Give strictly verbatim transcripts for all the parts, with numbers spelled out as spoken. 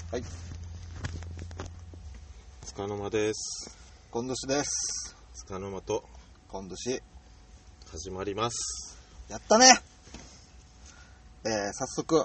はい。 つかの間です。 こんどしです。 つかの間とこんどし始まります。 やったね。えー、早速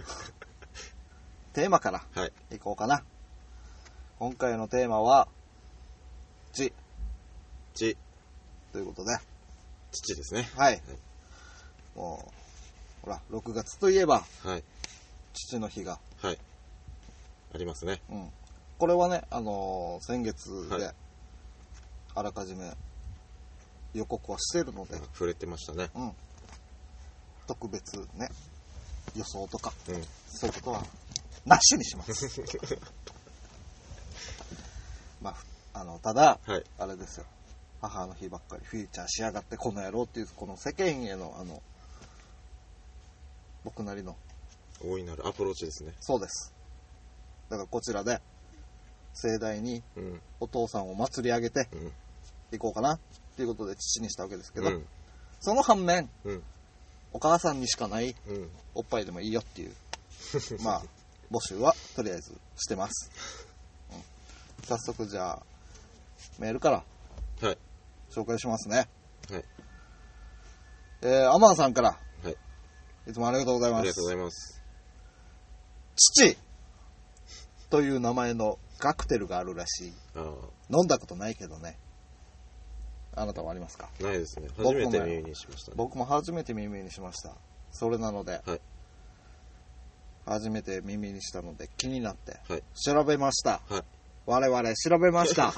テーマからいこうかな、はい、今回のテーマは父父ということで、 父ですね。 はい、はい、もうほらろくがつといえば、 はい、 父の日が、 はい、ありますね。 うん、これはね、あのー、先月であらかじめ予告はしているので、 触れてましたね。 うん、特別ね予想とか、 うん、 そういうことはなしにしますまあ、あのただ、はい、あれですよ、母の日ばっかりフィーチャーしやがってこの野郎っていう、この世間へのあの僕なりの大いなるアプローチですね。 そうです。だからこちらで盛大にお父さんを祭り上げていこうかなっていうことで父にしたわけですけど、うん、その反面、うん、お母さんにしかないおっぱいでもいいよっていう、うん、まあ募集はとりあえずしてます、うん、早速じゃあメールから紹介しますね。はい、えー、アマンさんから、はい、いつもありがとうございます。 ありがとうございます。 父という名前のカクテルがあるらしい。あ、飲んだことないけどね。あなたはありますか？ ないですね。初めて耳にしましたね。 僕も初めて耳にしました。それなので、はい、初めて耳にしたので気になって、はい、調べました、はい、我々調べました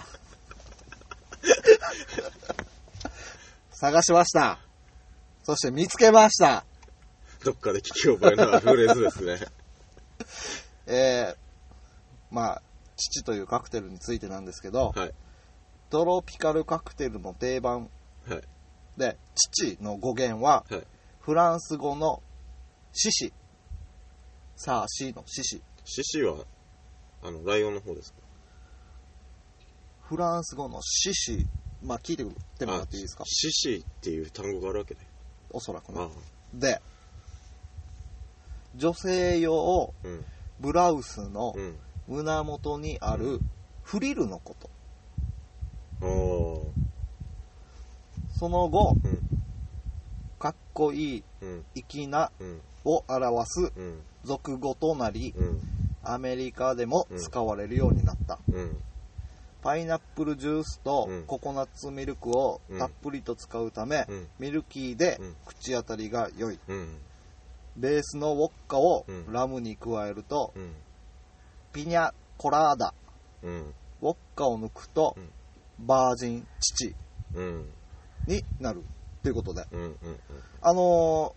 探しました。そして見つけました。 どっかで聞き覚えのあるフレーズですねえー、まあ父というカクテルについてなんですけど、はい、トロピカルカクテルの定番、はい、で父の語源は、はい、フランス語の獅子、さあシの獅子。 獅子はあのライオンの方ですか？ フランス語の獅子、まあ聞いてってもらっていいですか？ 獅子っていう単語があるわけね。 おそらくね。ああ、で女性用、うん、ブラウスの胸元にあるフリルのこと、うん、その後、うん、かっこいい、うん、粋な、うん、を表す俗語となり、うん、アメリカでも使われるようになった、うん、パイナップルジュースとココナッツミルクをたっぷりと使うため、うん、ミルキーで口当たりが良い、うん、ベースのウォッカをラムに加えると、うん、ピニャコラーダ、うん、ウォッカを抜くと、うん、バージン父になるということで、うんうんうん、あの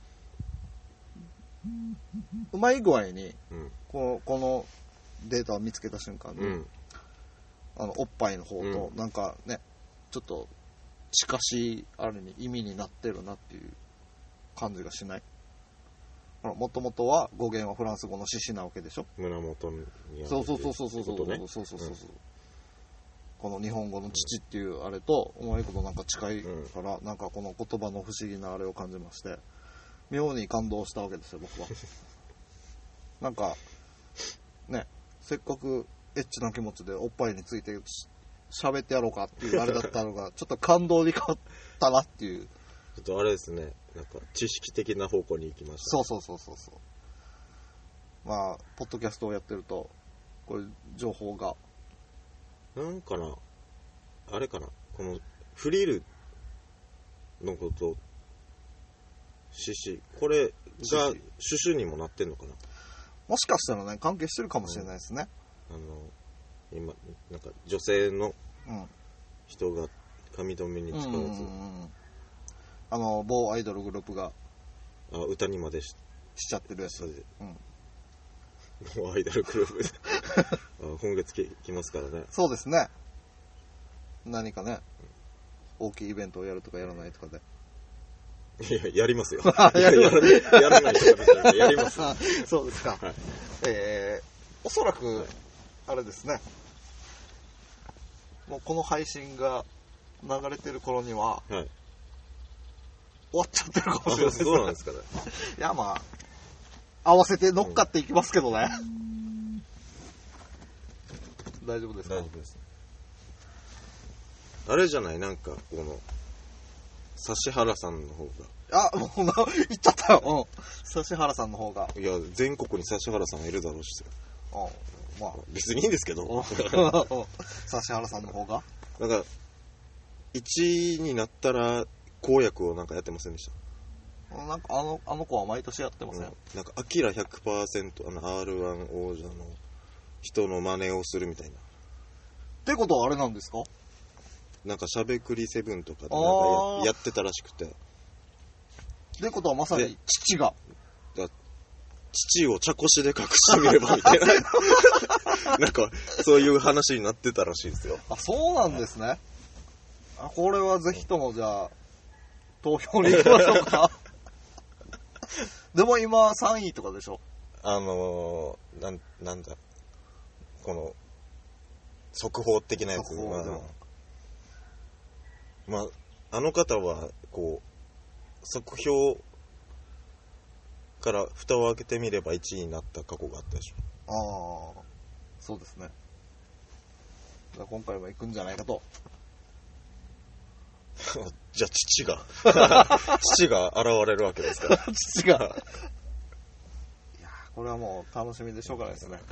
ー、うまい具合に、うん、この、このデータを見つけた瞬間に、うん、あのおっぱいの方と、うん、なんかねちょっと近しいあるに意味になってるなっていう感じがしない？もともとは語源はフランス語の獅子なわけでしょ。 胸元にある。 そうそうそうそうそうそうそうそうそうそうそう、うん、この日本語の父っていうあれとうまいことなんか近いから、うん、なんかこの言葉の不思議なあれを感じまして、妙に感動したわけですよ僕はなんかね、せっかくエッチな気持ちでおっぱいについて喋ってやろうかっていうあれだったのがちょっと感動に変わったなっていう。 ちょっとあれですね、なんか知識的な方向に行きました、ね、 そうそうそうそうそう。まあポッドキャストをやってるとこれ情報がなんかな、あれかな、このフリルのこと獅子、これがシュシュにもなってんのかな。 もしかしたらね関係してるかもしれないですね、 うん、あの今なんか女性の人が髪留めに使わず、うんうんうん、 あの某アイドルグループがあ歌にまで し, しちゃってるやつ、うん、 某アイドルグループあ今月 来, 来ますからね。 そうですね。何かね、うん、大きいイベントをやるとかやらないとかで、 いややりますよや, や, や, やらないとかじゃなくてやりますそうですか、はい、えー、おそらく、はい、あれですね、もうこの配信が流れてる頃には、はい、終わっちゃってるかもしれないですね。 そうなんですかね。 いやまあ合わせて乗っかっていきますけどね、 大丈夫ですか？ 大丈夫です。あれじゃない、なんかこの指原さんの方が、あ、もうな言っちゃったよ。うん。指原さんの方が、 いや全国に指原さんいるだろうし、 うん、まあ別にいいんですけど、 指原さんの方がなんかいちいになったら公約をなんかやってませんでした？ なんかあのあの子は毎年やってません、うん、 なんかアキラ ひゃくパーセント あの アールワン 王者の人の真似をするみたいな。 ってことはあれなんですか？ なんかしゃべくりセブンとかでなんか や, やってたらしくて。 ってことはまさに父がだ父を茶こしで隠してみればみたいななんかそういう話になってたらしいですよ。 あ、そうなんですね。あ、これはぜひともじゃあ投票に行きましょうかでも今さんいとかでしょ。 あのー、なんなんだこの速報的なやつ。まあ、まあ、あの方はこう速報から蓋を開けてみればいちいになった過去があったでしょ。ああ、そうですね。じゃあ今回は行くんじゃないかとじゃあ父が父が現れるわけですから父がいやこれはもう楽しみでしょうがないですね。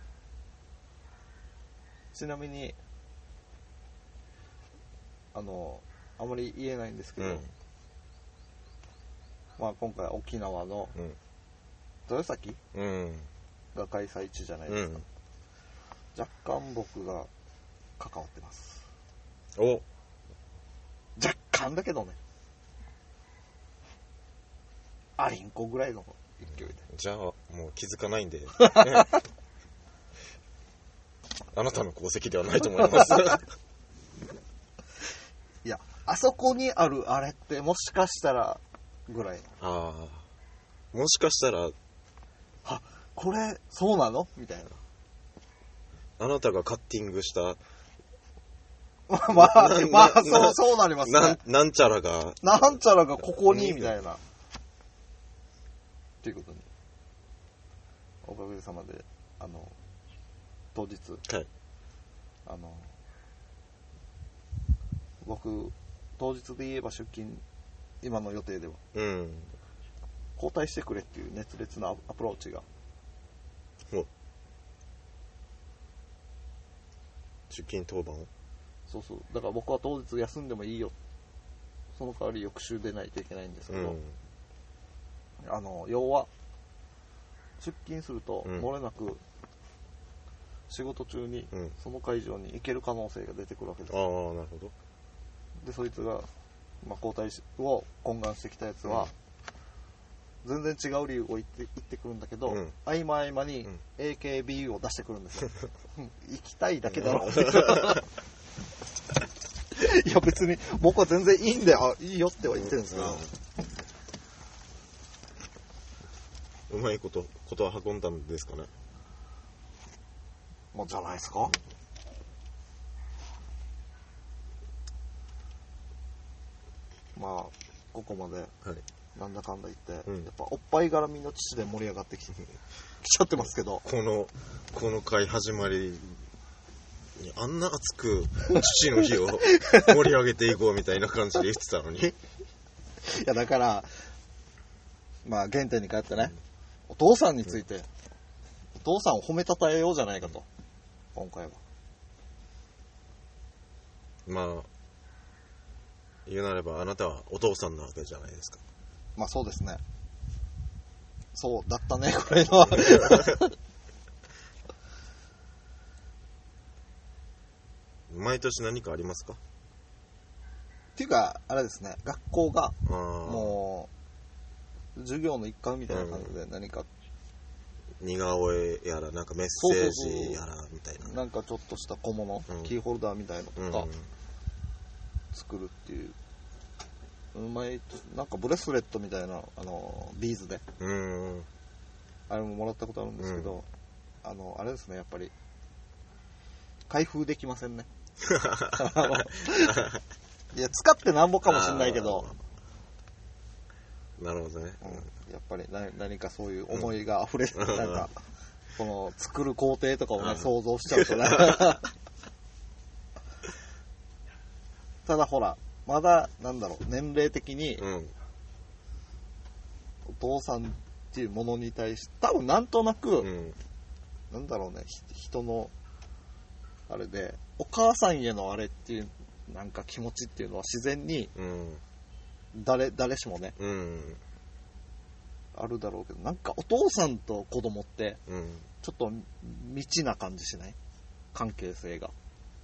ちなみにあのあまり言えないんですけど、うん、まあ今回沖縄の豊崎、うん、が開催地じゃないですか、うん、若干僕が関わってます。 お若干だけどね、アリンコぐらいの勢いで。 じゃあもう気づかないんであなたの功績ではないと思いますいや、あそこにあるあれってもしかしたらぐらい。 ああ、もしかしたら、 あ、これそうなのみたいな。 あなたがカッティングしたまあまあ、まあ、そうそうなりますね。 な ん, なんちゃらがなんちゃらがここにみたいなっていうことにおかげさまであの当日、 はい、 あの僕当日で言えば出勤今の予定では、うん、交代してくれっていう熱烈なアプローチが。 出勤当番。 そうそう、だから僕は当日休んでもいいよ、その代わり翌週出ないといけないんですけど、うん、あの要は出勤すると漏れなく仕事中にその会場に行ける可能性が出てくるわけです、うん、 ああ、なるほど。 でそいつが、まあ、交代を懇願してきたやつは、うん、全然違う理由を言って言ってくるんだけど、うん、合間合間に エーケービーユー を出してくるんですよ行きたいだけだろいや別に僕は全然いいんだよ、いいよっては言ってるんですけど、 うん、うまいことことは運んだんですかね。 まあじゃないですか。まあここまでなんだかんだ言って、はい、やっぱおっぱい絡みの父で盛り上がってきてきちゃってますけど、 このこの回始まりにあんな熱く父の日を盛り上げていこうみたいな感じで言ってたのにいやだからまあ原点に帰ってね、お父さんについて、うん、お父さんを褒めたたえようじゃないかと、今回は。 まあ言うなればあなたはお父さんなわけじゃないですか。 まあそうですね、そうだったねこれは毎年何かありますか？ っていうかあれですね、学校がもう授業の一環みたいな感じで何か、 うん、似顔絵やらなんかメッセージやらみたいな、 そうそうそう、なんかちょっとした小物、うん、キーホルダーみたいのとか作るっていう、うん、前なんかブレスレットみたいなあのビーズで、うん、あれももらったことあるんですけど、うん、あのあれですね、やっぱり開封できませんねいや使ってなんぼかもしんないけど、 なるほどね、 うん、やっぱり何、何かそういう思いが溢れて、うん、なんかこの作る工程とかをね想像しちゃうとねただほらまだなんだろう年齢的に、うん、お父さんっていうものに対して多分なんとなく、うん、なんだろうね人のあれでお母さんへのあれっていうなんか気持ちっていうのは自然に、うん、誰誰しもね、うん、あるだろうけどなんかお父さんと子供って、うん、ちょっと未知な感じしない関係性が、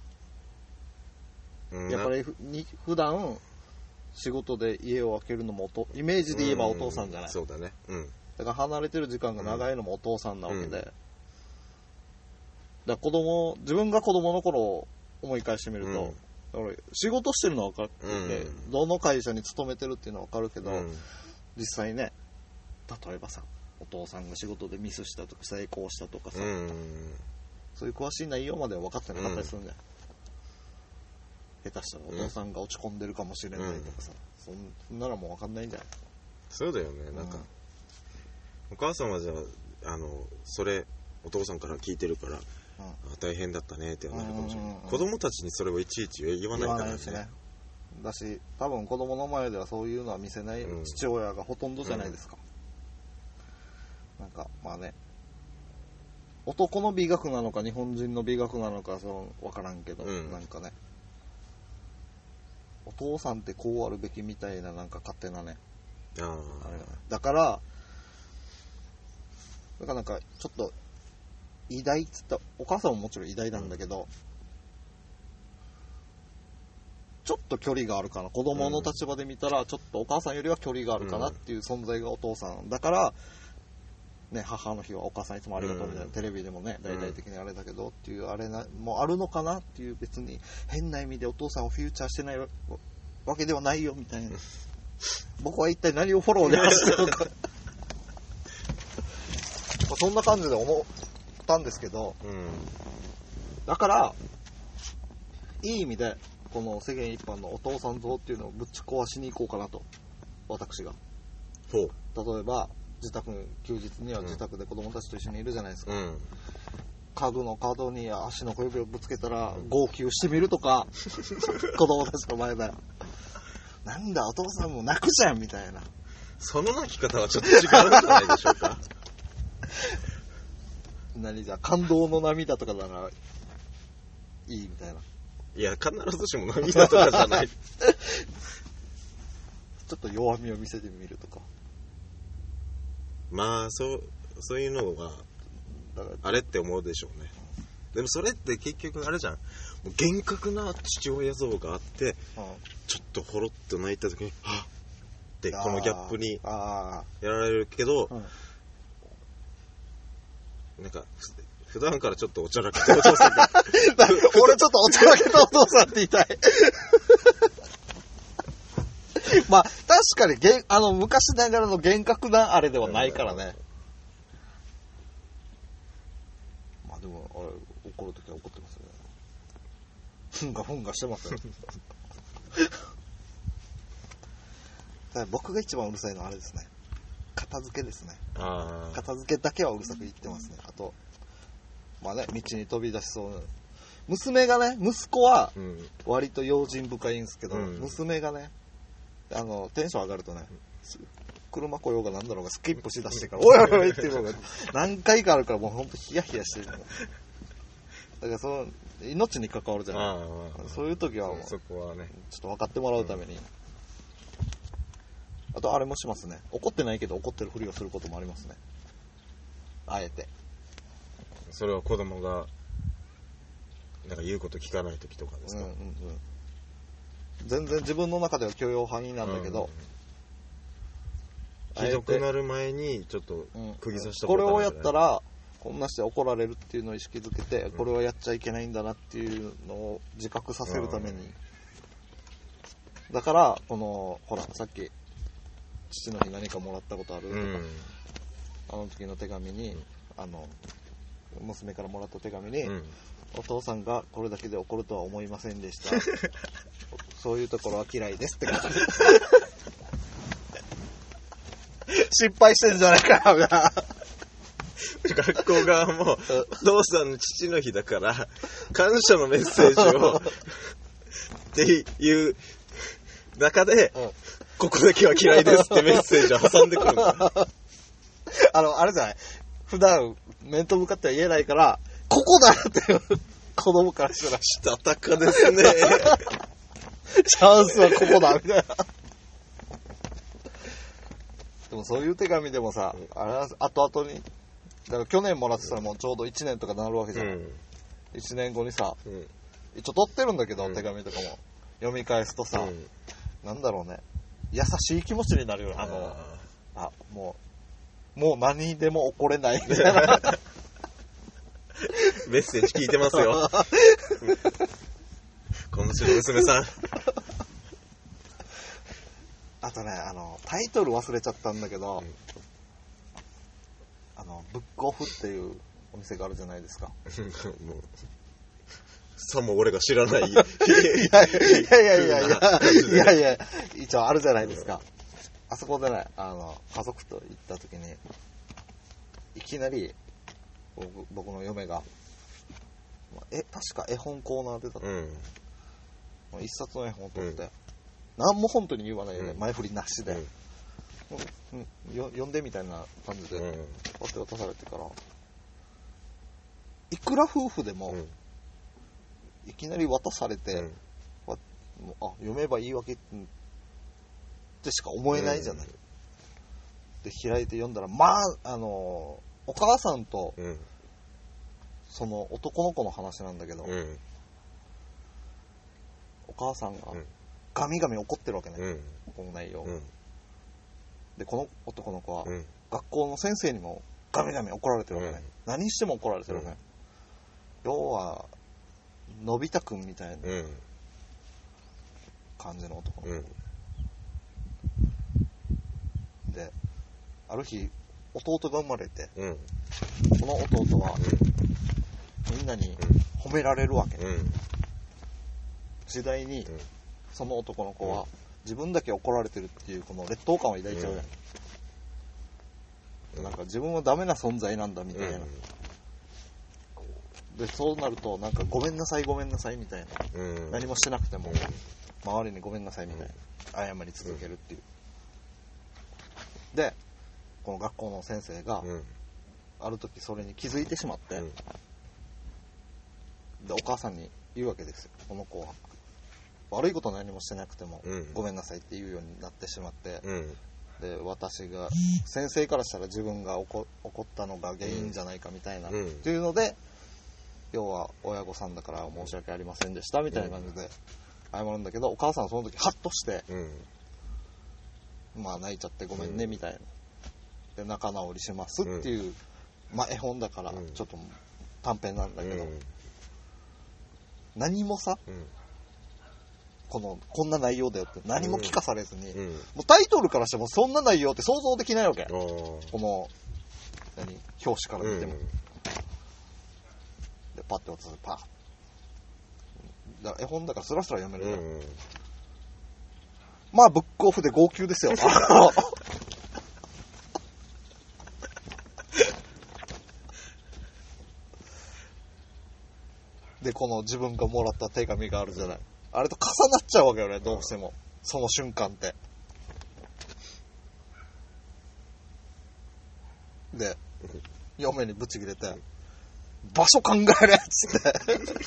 うん、やっぱりに普段仕事で家を空けるのもイメージで言えばお父さんじゃない、 うん、そうだね、うん、 だから離れてる時間が長いのもお父さんなわけで、うん、だから子供自分が子供の頃を思い返してみると、うん俺仕事してるのは分かってて、うん、どの会社に勤めてるっていうのは分かるけど、うん、実際ね例えばさお父さんが仕事でミスしたとか成功したとかさ、うん、そういう詳しい内容までは分かってなかったりするんじゃん、うん、下手したらお父さんが落ち込んでるかもしれないとかさ、うん、そんなのも分かんないんじゃないそうだよねなんか、うん、お母さんはじゃあ、あのそれお父さんから聞いてるからうん、大変だったねって言わないかもしれない、うんうんうん、子供たちにそれをいちいち言わないからね。言わないですね。 だし多分子供の前ではそういうのは見せない父親がほとんどじゃないですか、うん、なんかまあね男の美学なのか日本人の美学なのかその分からんけど、うん、なんかねお父さんってこうあるべきみたいななんか勝手なねああれだからだからなんかちょっと偉大っつったお母さんももちろん偉大なんだけど、うん、ちょっと距離があるかな子供の立場で見たらちょっとお母さんよりは距離があるかなっていう存在がお父さんだからね母の日はお母さんいつもありがとうみたいな、うん、テレビでもね大々的にあれだけどっていうあれなもあるのかなっていう別に変な意味でお父さんをフューチャーしてないわけではないよみたいな僕は一体何をフォローで走ってるのかそんな感じで思ったんですけど、うん、だからいい意味でこの世間一般のお父さん像っていうのをぶち壊しに行こうかなと私がそう例えば自宅休日には自宅で子供たちと一緒にいるじゃないですか、うん、家具の角に足の小指をぶつけたら号泣してみるとか子供たちの前でなんだお父さんも泣くじゃんみたいなその泣き方はちょっと違うんじゃないでしょうか何じゃ感動の涙とかならいいみたいな。 いや必ずしも涙とかじゃないちょっと弱みを見せてみるとかまあそうそういうのがあれって思うでしょうね。でもそれって結局あれじゃんもう厳格な父親像があって、うん、ちょっとほろっと泣いた時にはっってこのギャップにやられるけど、うん、なんか普段からちょっとおちゃらけたお父さんが俺ちょっとおちゃらけたお父さんって言いたいまあ確かにげあの昔ながらの厳格なあれではないからね、うん、まあでもあれ怒るときは怒ってますよねふんがふんがしてますよね僕が一番うるさいのはあれですね片付けですね。あ片付けだけはうるさく言ってますね。あとまあね道に飛び出しそうな娘がね息子は割と用心深いんですけど、うん、娘がねあのテンション上がるとね車来ようがなんだろうがスキップしだしてからおいおいおいっていうのが何回かあるからもうほんとヒヤヒヤしてるだからその命に関わるじゃないそういう時はもうそこはねちょっと分かってもらうために、うんあとあれもしますね怒ってないけど怒ってるふりをすることもありますねあえてそれは子供がなんか言うこと聞かない時とかですか、うんうんうん、 全然自分の中では許容範囲なんだけど、 うんうん、ひどくなる前にちょっと釘刺したこと、うん、これをやったらこんなして怒られるっていうのを意識づけて、うん、これはやっちゃいけないんだなっていうのを自覚させるために、うん、だからこのほらさっき父の日何かもらったことあるとか、うん、あの時の手紙に、うん、あの娘からもらった手紙に、うん、お父さんがこれだけで怒るとは思いませんでしたそういうところは嫌いですって感じ失敗してんじゃないかな学校側もお父さんの父の日だから感謝のメッセージをっていう中で、うん、ここだけは嫌いですってメッセージを挟んでくるんだ。 あのあれじゃない、普段面と向かっては言えないからここだって子供からしたらしたたかですね。 チャンスはここだみたいな。でもそういう手紙でもさ、あれは後々に、だから去年もらってたらもうちょうどいちねんとかなるわけじゃん、うん、いちねんごにさ、うん、一応取ってるんだけど、うん、手紙とかも読み返すとさ、うん、なんだろうね、優しい気持ちになるよね。あのあもうもう何でも怒れないみたいなメッセージ聞いてますよ今週の娘さん。 あとね、あのタイトル忘れちゃったんだけど、うん、あのブックオフっていうお店があるじゃないですか。もうさも俺が知らない。いやいやいやいやいやいやいや一応あるじゃないですか。あそこでね、あの家族と行った時にいきなり僕, 僕の嫁がえ確か絵本コーナー出たと、うん、一冊の絵本を取って、うん、何も本当に言わないで、ね、うん、前振りなしで、うんうん、よ読んでみたいな感じで、うん、パッて渡されてから、いくら夫婦でも、うん、いきなり渡されて、うん、あ読めばいいわけってしか思えないじゃない、うん、で開いて読んだら、まああのお母さんと、うん、その男の子の話なんだけど、うん、お母さんがガミガミ怒ってるわけね、うん、この内容、うん、でこの男の子は、うん、学校の先生にもガミガミ怒られてるわけね、うん、何しても怒られてるわけね、うん、要はのび太くんみたいな感じの男の子、うん、である日弟が生まれて、うん、この弟は、うん、みんなに褒められるわけ、うん、時代に、うん、その男の子は、うん、自分だけ怒られてるっていうこの劣等感を抱いちゃうじゃん、うん、なんか自分はダメな存在なんだみたいな、うん、でそうなるとなんかごめんなさいごめんなさいみたいな、うん、何もしてなくても、うん、周りにごめんなさいみたいな、謝り続けるっていう、でこの学校の先生が、うん、ある時それに気づいてしまって、うん、でお母さんに言うわけですよ。この子は悪いこと何もしてなくても、うん、ごめんなさいって言うようになってしまって、うん、で私が先生からしたら自分が怒ったのが原因じゃないかみたいな、うん、っていうので要は親御さんだから申し訳ありませんでしたみたいな感じで謝るんだけど、お母さんはその時ハッとして、うん、まあ泣いちゃってごめんねみたいな、で仲直りしますっていう、うん、まあ絵本だからちょっと短編なんだけど、うん、何もさ、うん、このこんな内容だよって何も聞かされずに、うん、もうタイトルからしてもそんな内容って想像できないわけ、うん、この何表紙から見ても、うん、でパッて渡すパッだ絵本だからスラスラ読めるじゃん、うん、まあブックオフで号泣ですよでこの自分がもらった手紙があるじゃない、あれと重なっちゃうわけよね、どうしてもその瞬間ってで嫁にブチ切れて場所考えれっつって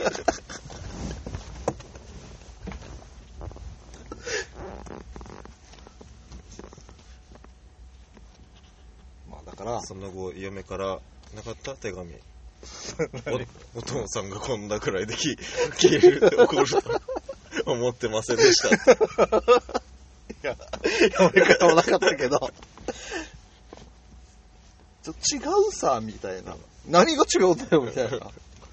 まあだからその後嫁からなかった手紙お, お父さんがこんなくらいで消える怒ると思ってませんでしたいや読み方もなかったけどちょ違うさみたいな、何が違うんだよみたいな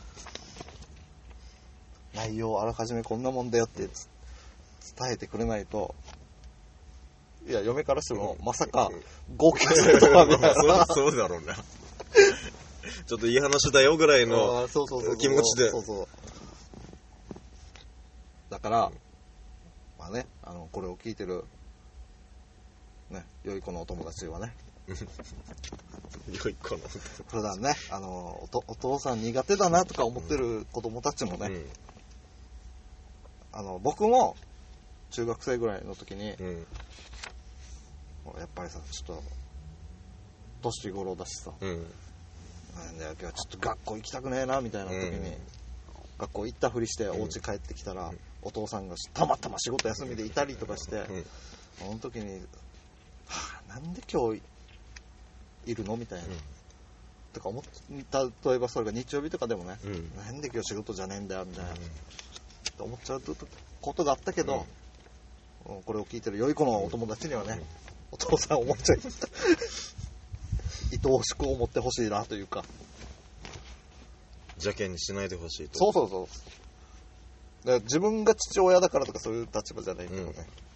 内容あらかじめこんなもんだよって伝えてくれないと、いや嫁からしてもまさか号泣するとはみたいなそう、そうだろうねちょっといい話だよぐらいの気持ちで、 そうそうだから、まあね、あのこれを聞いてるね良い子のお友達はね、 良いかな。 普段ね、あのおとお父さん苦手だなとか思ってる子供たちもね、うん、あの僕も中学生ぐらいの時に、うん、やっぱりさちょっと年頃だしさ、うん、なんだよ今日ちょっと学校行きたくねえなみたいな時に、うん、学校行ったふりしてお家帰ってきたら、うん、お父さんがたまたま仕事休みでいたりとかして、うん、その時に、はあ、なんで今日いるのみたいな、うん、とか思った例えばそれが日曜日とかでもね、うん、なんで今日仕事じゃねえんだよみたいな、うん、って思っちゃうことがあったけど、うん、これを聞いてる良い子のお友達にはね、うん、お父さん思っちゃいました愛おしく思ってほしいなというか、 邪険にしないでほしいと。 そうそうそう、だから自分が父親だからとかそういう立場じゃないけどね、うん、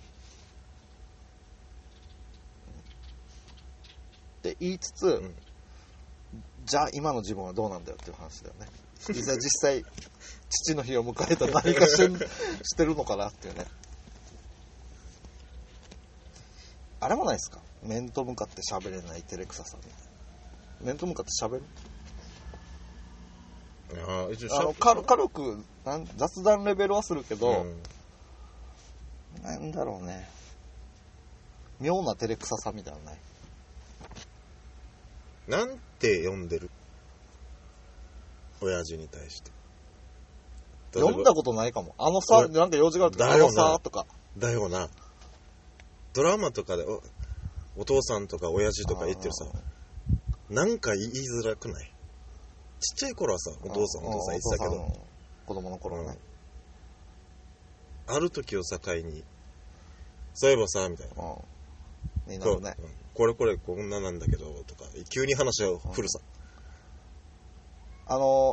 って言いつつ、うん、じゃあ今の自分はどうなんだよっていう話だよね。いざ実際父の日を迎えた何かししてるのかなっていうね。あれもないですか、面と向かって喋れない照れくささみたいな。面と向かって喋る、 ああ、一応あの軽軽くなん雑談レベルはするけど、うん、なんだろうね、妙な照れくささみたいなのない。 なんて呼んでる親父に対して。 読んだことないかも。あのさ、なんか用事があるとか、あのさとか。 だよな。ドラマとかで お, お父さんとか親父とか言ってるさ、なんか言いづらくない？ちっちゃい頃はさ、お父さんお父さん言ってたけど、 子供の頃はね、 うん、ある時を境に、そういえばさみたいな、 うん、になるね、 うん、これこれこんななんだけどとか急に話を振るさ、 うん、あの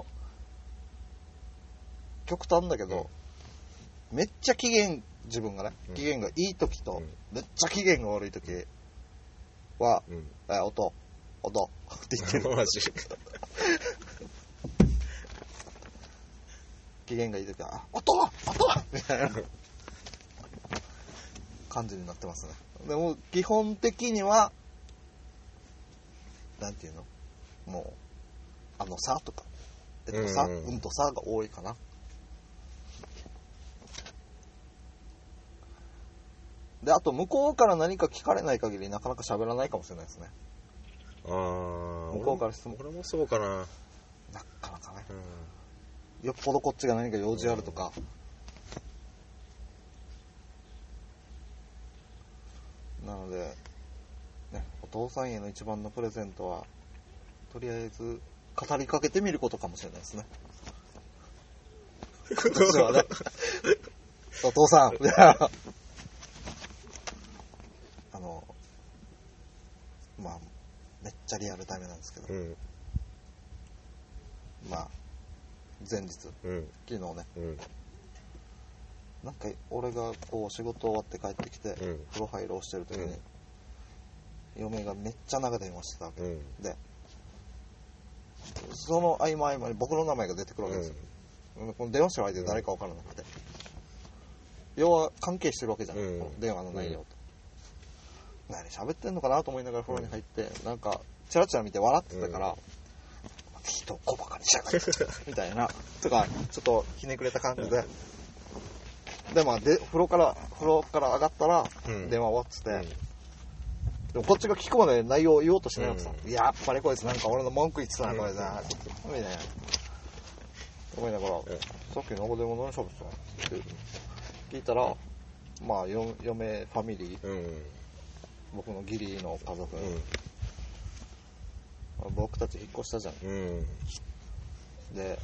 極端だけど、うん、めっちゃ機嫌自分がね、機嫌がいい時と、うん、めっちゃ機嫌が悪い時は、うん、え音音って言ってる。マジ機嫌がいい時は音音みたいな感じになってますね。でも基本的にはなんていうの、もうあのさとかえっとさ、うん、うんとさが多いかな。で、あと向こうから何か聞かれない限りなかなか喋らないかもしれないですね。 ああ、 向こうから質問。 俺もそうかな。 なかなかね、うん。よっぽどこっちが何か用事あるとか。うん、なので、ね、お父さんへの一番のプレゼントは、とりあえず語りかけてみることかもしれないですね。私はね、お父さんみたいな。あの、まあ、めっちゃリアルタイムなんですけど、うん、まあ前日、うん、昨日ね、うん、なんか俺がこう仕事終わって帰ってきて、うん、風呂入ろうしてる時に、うん、嫁がめっちゃ長電話してたわけ、うん、でその合間合間に僕の名前が出てくるわけですよ、うん、この電話してる相手誰か分からなくて、要は関係してるわけじゃん、うん、電話の内容と、何喋ってんのかなと思いながら風呂に入って、うん、なんかチラチラ見て笑ってたから、うん、人を小バカにしやがってみたいなとかちょっとひねくれた感じで、でまあで風呂から風呂から上がったら電話終わってて、うん、でもこっちが聞くまで内容を言おうとしないわけさ、うん、やっぱりこいつなんか俺の文句言ってたな、うん、これなみたいな思いながら、うん、さっきの子でも何喋ってたのって聞いたら、まあよ嫁ファミリー、うん、僕の義理の家族、うん、僕たち引っ越したじゃん、うん、で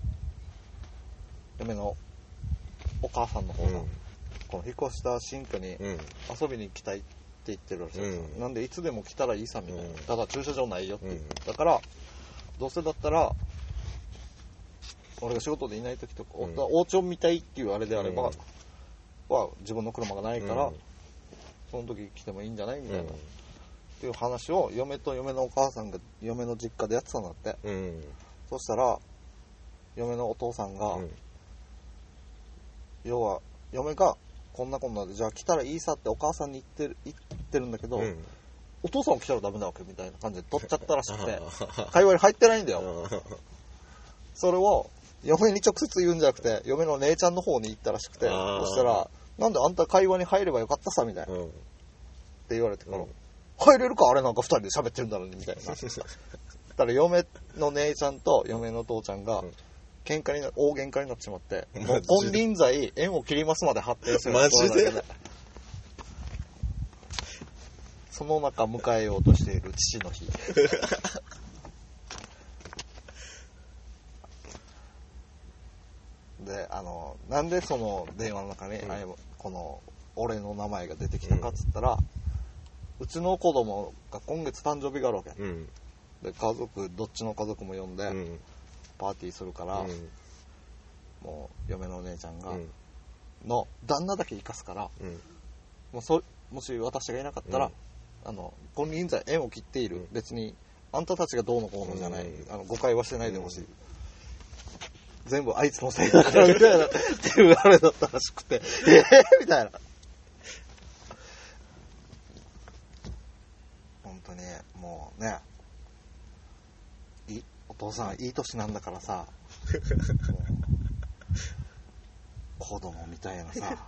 嫁のお母さんの方が、うん、この引っ越した新居に遊びに来たいって言ってるらしいですよ、うん、なんでいつでも来たらいいさみたいな、うん、ただ駐車場ないよって、うん、だからどうせだったら俺が仕事でいない時とか、うん、お家を見たいっていうあれであれば、うん、は自分の車がないから、うん、その時来てもいいんじゃないみたいな、うん、っていう話を嫁と嫁のお母さんが嫁の実家でやってたんだって、うん、そしたら嫁のお父さんが、うん、要は嫁がこんなこんなでじゃあ来たらいいさってお母さんに言ってる、言ってるんだけど、うん、 お父さんも来たらダメなわけみたいな感じで取っちゃったらしくて、会話に入ってないんだよ。それを嫁に直接言うんじゃなくて、嫁の姉ちゃんの方に行ったらしくて、そしたら、なんであんた会話に入ればよかったさみたいな、うん、って言われてから、うん、入れるかあれなんか二人で喋ってるんだろうにみたいな。だから嫁の姉ちゃんと嫁の父ちゃんが、うん、喧嘩にな大喧嘩になってしまって、もう金輪際縁を切りますまで発展する。 マジでその中迎えようとしている父の日。で、あの、なんでその電話の中に、うん、この俺の名前が出てきたかっつったら、うん、うちの子供が今月誕生日があるわけ。うん、で、家族、どっちの家族も呼んで、うん、パーティーするから、うん、もう嫁のお姉ちゃんが、うん、の旦那だけ生かすから、うん、もうそもし私がいなかったら、うん、あの金輪際縁を切っている、うん、別にあんたたちがどうのこうのじゃない、うん、あの誤解はしてないでほしい、うん、全部あいつのせいだからみたいなっていうあれだったらしくて、えーみたいな。本当にもうね、いお父さんいい年なんだからさ子供みたいなさ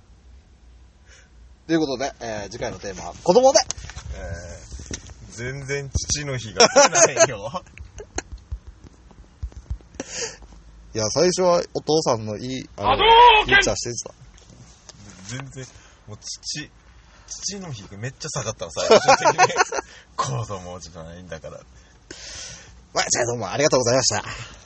ということで、えー、次回のテーマは子供で、 えー、全然父の日が出ないよいや最初はお父さんのいいあのピッチャーしてた。 全然もう父父の日がめっちゃ下がったの最終的に子供じゃないんだから。 まあじゃあどうもありがとうございました。